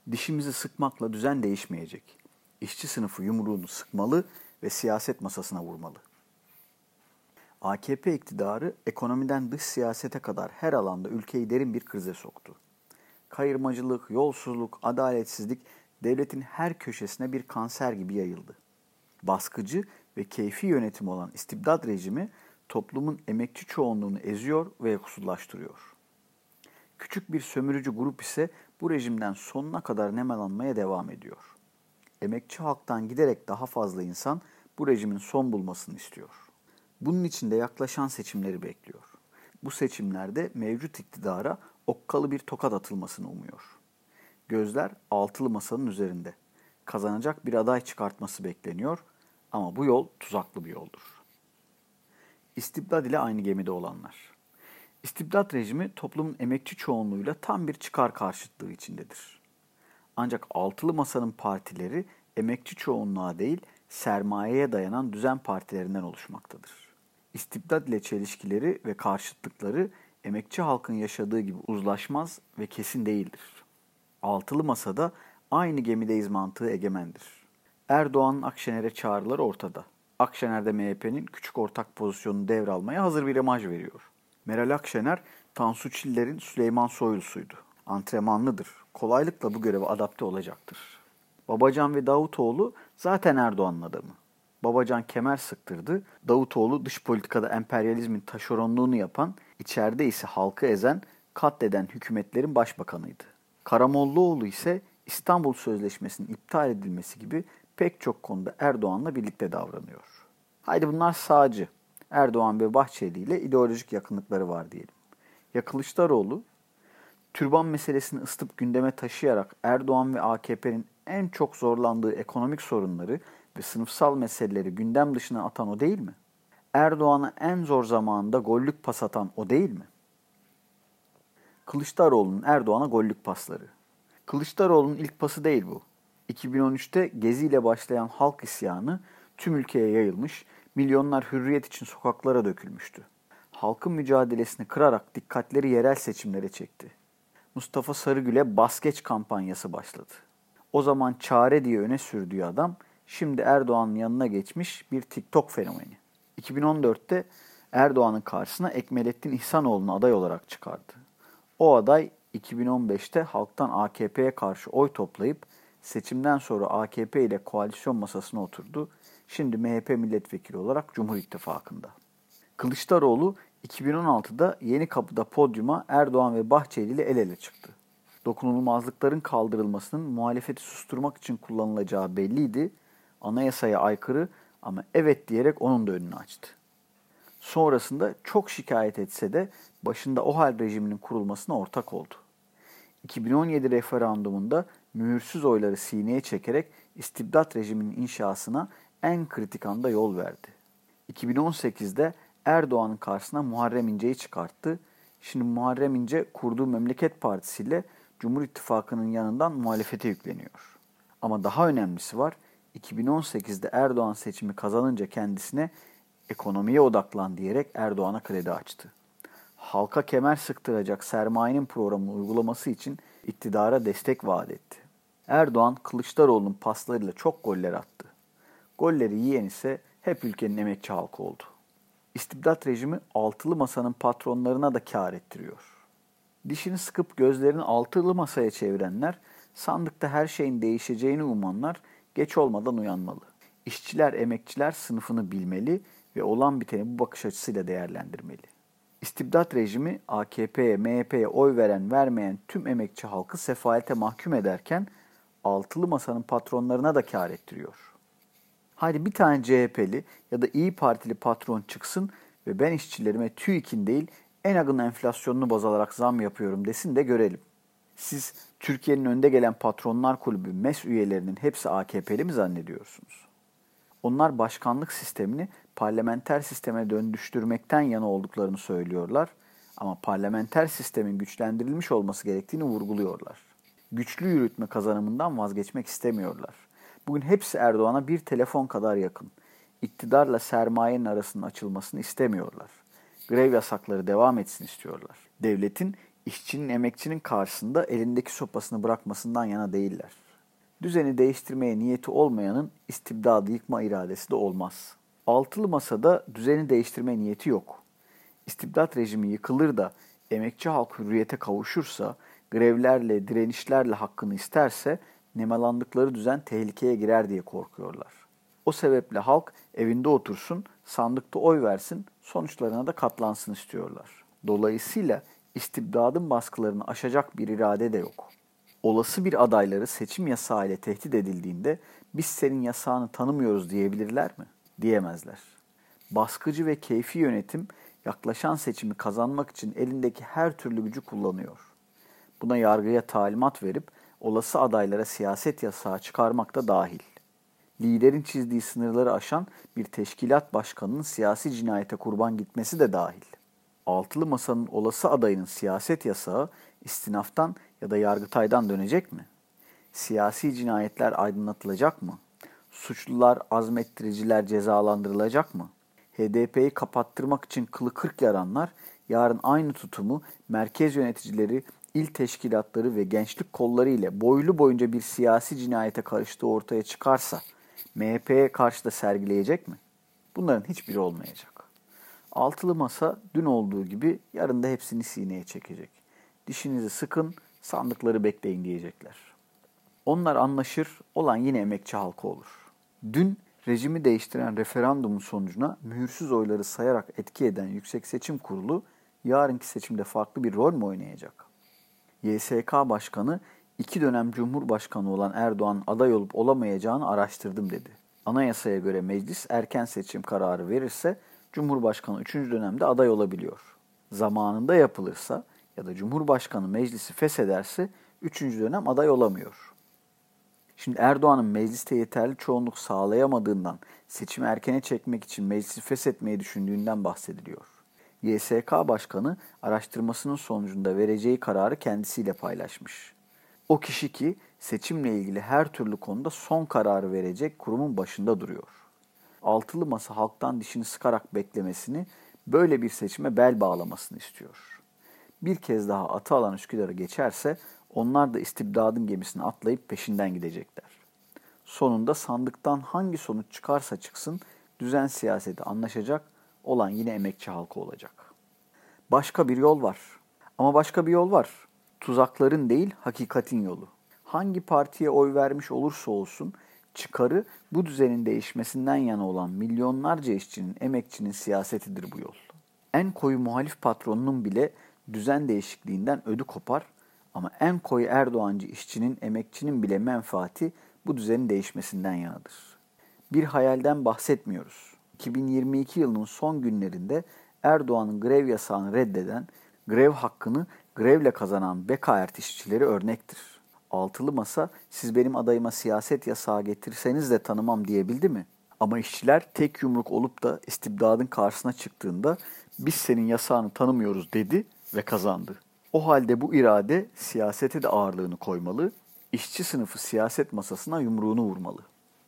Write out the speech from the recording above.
Dişimizi sıkmakla düzen değişmeyecek. İşçi sınıfı yumruğunu sıkmalı ve siyaset masasına vurmalı. AKP iktidarı ekonomiden dış siyasete kadar her alanda ülkeyi derin bir krize soktu. Kayırmacılık, yolsuzluk, adaletsizlik devletin her köşesine bir kanser gibi yayıldı. Baskıcı ve keyfi yönetim olan istibdat rejimi toplumun emekçi çoğunluğunu eziyor ve yoksullaştırıyor. Küçük bir sömürücü grup ise bu rejimden sonuna kadar nemalanmaya devam ediyor. Emekçi halktan giderek daha fazla insan bu rejimin son bulmasını istiyor. Bunun için de yaklaşan seçimleri bekliyor. Bu seçimlerde mevcut iktidara okkalı bir tokat atılmasını umuyor. Gözler altılı masanın üzerinde. Kazanacak bir aday çıkartması bekleniyor ama bu yol tuzaklı bir yoldur. İstibdat ile aynı gemide olanlar. İstibdat rejimi toplumun emekçi çoğunluğuyla tam bir çıkar karşıtlığı içindedir. Ancak altılı masanın partileri emekçi çoğunluğa değil sermayeye dayanan düzen partilerinden oluşmaktadır. İstibdat ile çelişkileri ve karşıtlıkları emekçi halkın yaşadığı gibi uzlaşmaz ve kesin değildir. Altılı masada aynı gemideyiz mantığı egemendir. Erdoğan'ın Akşener'e çağrıları ortada. Akşener de MHP'nin küçük ortak pozisyonunu devralmaya hazır bir imaj veriyor. Meral Akşener, Tansu Çiller'in Süleyman Soylusu'ydu. Antrenmanlıdır. Kolaylıkla bu göreve adapte olacaktır. Babacan ve Davutoğlu zaten Erdoğan'ın adamı. Babacan kemer sıktırdı. Davutoğlu dış politikada emperyalizmin taşeronluğunu yapan, içeride ise halkı ezen, katleden hükümetlerin başbakanıydı. Karamollaoğlu ise İstanbul Sözleşmesi'nin iptal edilmesi gibi pek çok konuda Erdoğan'la birlikte davranıyor. Haydi bunlar sağcı. Erdoğan ve Bahçeli ile ideolojik yakınlıkları var diyelim. Ya Kılıçdaroğlu, türban meselesini ısıtıp gündeme taşıyarak Erdoğan ve AKP'nin en çok zorlandığı ekonomik sorunları ve sınıfsal meseleleri gündem dışına atan o değil mi? Erdoğan'a en zor zamanında gollük pas atan o değil mi? Kılıçdaroğlu'nun Erdoğan'a gollük pasları. Kılıçdaroğlu'nun ilk pası değil bu. 2013'te Gezi ile başlayan halk isyanı tüm ülkeye yayılmış, milyonlar hürriyet için sokaklara dökülmüştü. Halkın mücadelesini kırarak dikkatleri yerel seçimlere çekti. Mustafa Sarıgül'e bas geç kampanyası başladı. O zaman çare diye öne sürdüğü adam şimdi Erdoğan'ın yanına geçmiş bir TikTok fenomeni. 2014'te Erdoğan'ın karşısına Ekmelettin İhsanoğlu'nu aday olarak çıkardı. O aday 2015'te halktan AKP'ye karşı oy toplayıp seçimden sonra AKP ile koalisyon masasına oturdu. Şimdi MHP milletvekili olarak Cumhur İttifakı'nda. Kılıçdaroğlu 2016'da Yenikapı'da podyuma Erdoğan ve Bahçeli ile el ele çıktı. Dokunulmazlıkların kaldırılmasının muhalefeti susturmak için kullanılacağı belliydi. Anayasaya aykırı ama evet diyerek onun da önünü açtı. Sonrasında çok şikayet etse de başında OHAL rejiminin kurulmasına ortak oldu. 2017 referandumunda mühürsüz oyları sineye çekerek istibdat rejiminin inşasına en kritik anda yol verdi. 2018'de Erdoğan'ın karşısına Muharrem İnce'yi çıkarttı. Şimdi Muharrem İnce kurduğu Memleket Partisi ile Cumhur İttifakı'nın yanından muhalefete yükleniyor. Ama daha önemlisi var. 2018'de Erdoğan seçimi kazanınca kendisine ekonomiye odaklan diyerek Erdoğan'a kredi açtı. Halka kemer sıktıracak sermayenin programını uygulaması için iktidara destek vaat etti. Erdoğan, Kılıçdaroğlu'nun paslarıyla çok goller attı. Golleri yiyen ise hep ülkenin emekçi halkı oldu. İstibdat rejimi altılı masanın patronlarına da kâr ettiriyor. Dişini sıkıp gözlerini altılı masaya çevirenler, sandıkta her şeyin değişeceğini umanlar geç olmadan uyanmalı. İşçiler, emekçiler sınıfını bilmeli ve olan biteni bu bakış açısıyla değerlendirmeli. İstibdat rejimi AKP'ye, MHP'ye oy veren vermeyen tüm emekçi halkı sefalete mahkum ederken altılı masanın patronlarına da kâr ettiriyor. Haydi bir tane CHP'li ya da İyi Partili patron çıksın ve ben işçilerime TÜİK'in değil en agın enflasyonunu baz alarak zam yapıyorum desin de görelim. Siz Türkiye'nin önde gelen patronlar kulübü MES üyelerinin hepsi AKP'li mi zannediyorsunuz? Onlar başkanlık sistemini parlamenter sisteme dönüştürmekten yana olduklarını söylüyorlar ama parlamenter sistemin güçlendirilmiş olması gerektiğini vurguluyorlar. Güçlü yürütme kazanımından vazgeçmek istemiyorlar. Bugün hepsi Erdoğan'a bir telefon kadar yakın. İktidarla sermayenin arasının açılmasını istemiyorlar. Grev yasakları devam etsin istiyorlar. Devletin İşçinin, emekçinin karşısında elindeki sopasını bırakmasından yana değiller. Düzeni değiştirmeye niyeti olmayanın istibdadı yıkma iradesi de olmaz. Altılı masada düzeni değiştirme niyeti yok. İstibdat rejimi yıkılır da emekçi halk hürriyete kavuşursa, grevlerle, direnişlerle hakkını isterse nemalandıkları düzen tehlikeye girer diye korkuyorlar. O sebeple halk evinde otursun, sandıkta oy versin, sonuçlarına da katlansın istiyorlar. Dolayısıyla istibdadın baskılarını aşacak bir irade de yok. Olası bir adayları seçim yasağı ile tehdit edildiğinde biz senin yasağını tanımıyoruz diyebilirler mi? Diyemezler. Baskıcı ve keyfi yönetim yaklaşan seçimi kazanmak için elindeki her türlü gücü kullanıyor. Buna yargıya talimat verip olası adaylara siyaset yasağı çıkarmak da dahil. Liderin çizdiği sınırları aşan bir teşkilat başkanının siyasi cinayete kurban gitmesi de dahil. Altılı Masa'nın olası adayının siyaset yasağı istinaftan ya da Yargıtay'dan dönecek mi? Siyasi cinayetler aydınlatılacak mı? Suçlular, azmettiriciler cezalandırılacak mı? HDP'yi kapattırmak için kılı kırk yaranlar yarın aynı tutumu merkez yöneticileri, il teşkilatları ve gençlik kolları ile boylu boyunca bir siyasi cinayete karıştığı ortaya çıkarsa MHP'ye karşı da sergileyecek mi? Bunların hiçbiri olmayacak. Altılı masa dün olduğu gibi yarın da hepsini sineye çekecek. Dişinizi sıkın, sandıkları bekleyin diyecekler. Onlar anlaşır, olan yine emekçi halkı olur. Dün rejimi değiştiren referandumun sonucuna mühürsüz oyları sayarak etki eden Yüksek Seçim Kurulu yarınki seçimde farklı bir rol mü oynayacak? YSK Başkanı 2 dönem Cumhurbaşkanı olan Erdoğan aday olup olamayacağını araştırdım dedi. Anayasaya göre meclis erken seçim kararı verirse Cumhurbaşkanı 3. dönemde aday olabiliyor. Zamanında yapılırsa ya da Cumhurbaşkanı meclisi feshederse 3. dönem aday olamıyor. Şimdi Erdoğan'ın mecliste yeterli çoğunluk sağlayamadığından seçimi erkene çekmek için meclisi feshetmeyi düşündüğünden bahsediliyor. YSK Başkanı araştırmasının sonucunda vereceği kararı kendisiyle paylaşmış. O kişi ki seçimle ilgili her türlü konuda son kararı verecek kurumun başında duruyor. Altılı masa halktan dişini sıkarak beklemesini, böyle bir seçime bel bağlamasını istiyor. Bir kez daha atı alan Üsküdar'ı geçerse onlar da istibdadın gemisine atlayıp peşinden gidecekler. Sonunda sandıktan hangi sonuç çıkarsa çıksın düzen siyaseti anlaşacak, olan yine emekçi halkı olacak. Başka bir yol var. Ama başka bir yol var. Tuzakların değil, hakikatin yolu. Hangi partiye oy vermiş olursa olsun çıkarı bu düzenin değişmesinden yana olan milyonlarca işçinin, emekçinin siyasetidir bu yol. En koyu muhalif patronunun bile düzen değişikliğinden ödü kopar ama en koyu Erdoğancı işçinin, emekçinin bile menfaati bu düzenin değişmesinden yanadır. Bir hayalden bahsetmiyoruz. 2022 yılının son günlerinde Erdoğan'ın grev yasağını reddeden, grev hakkını grevle kazanan Bekaert işçileri örnektir. Altılı masa siz benim adayıma siyaset yasağı getirseniz de tanımam diyebildi mi? Ama işçiler tek yumruk olup da istibdadın karşısına çıktığında biz senin yasağını tanımıyoruz dedi ve kazandı. O halde bu irade siyasete de ağırlığını koymalı, işçi sınıfı siyaset masasına yumruğunu vurmalı.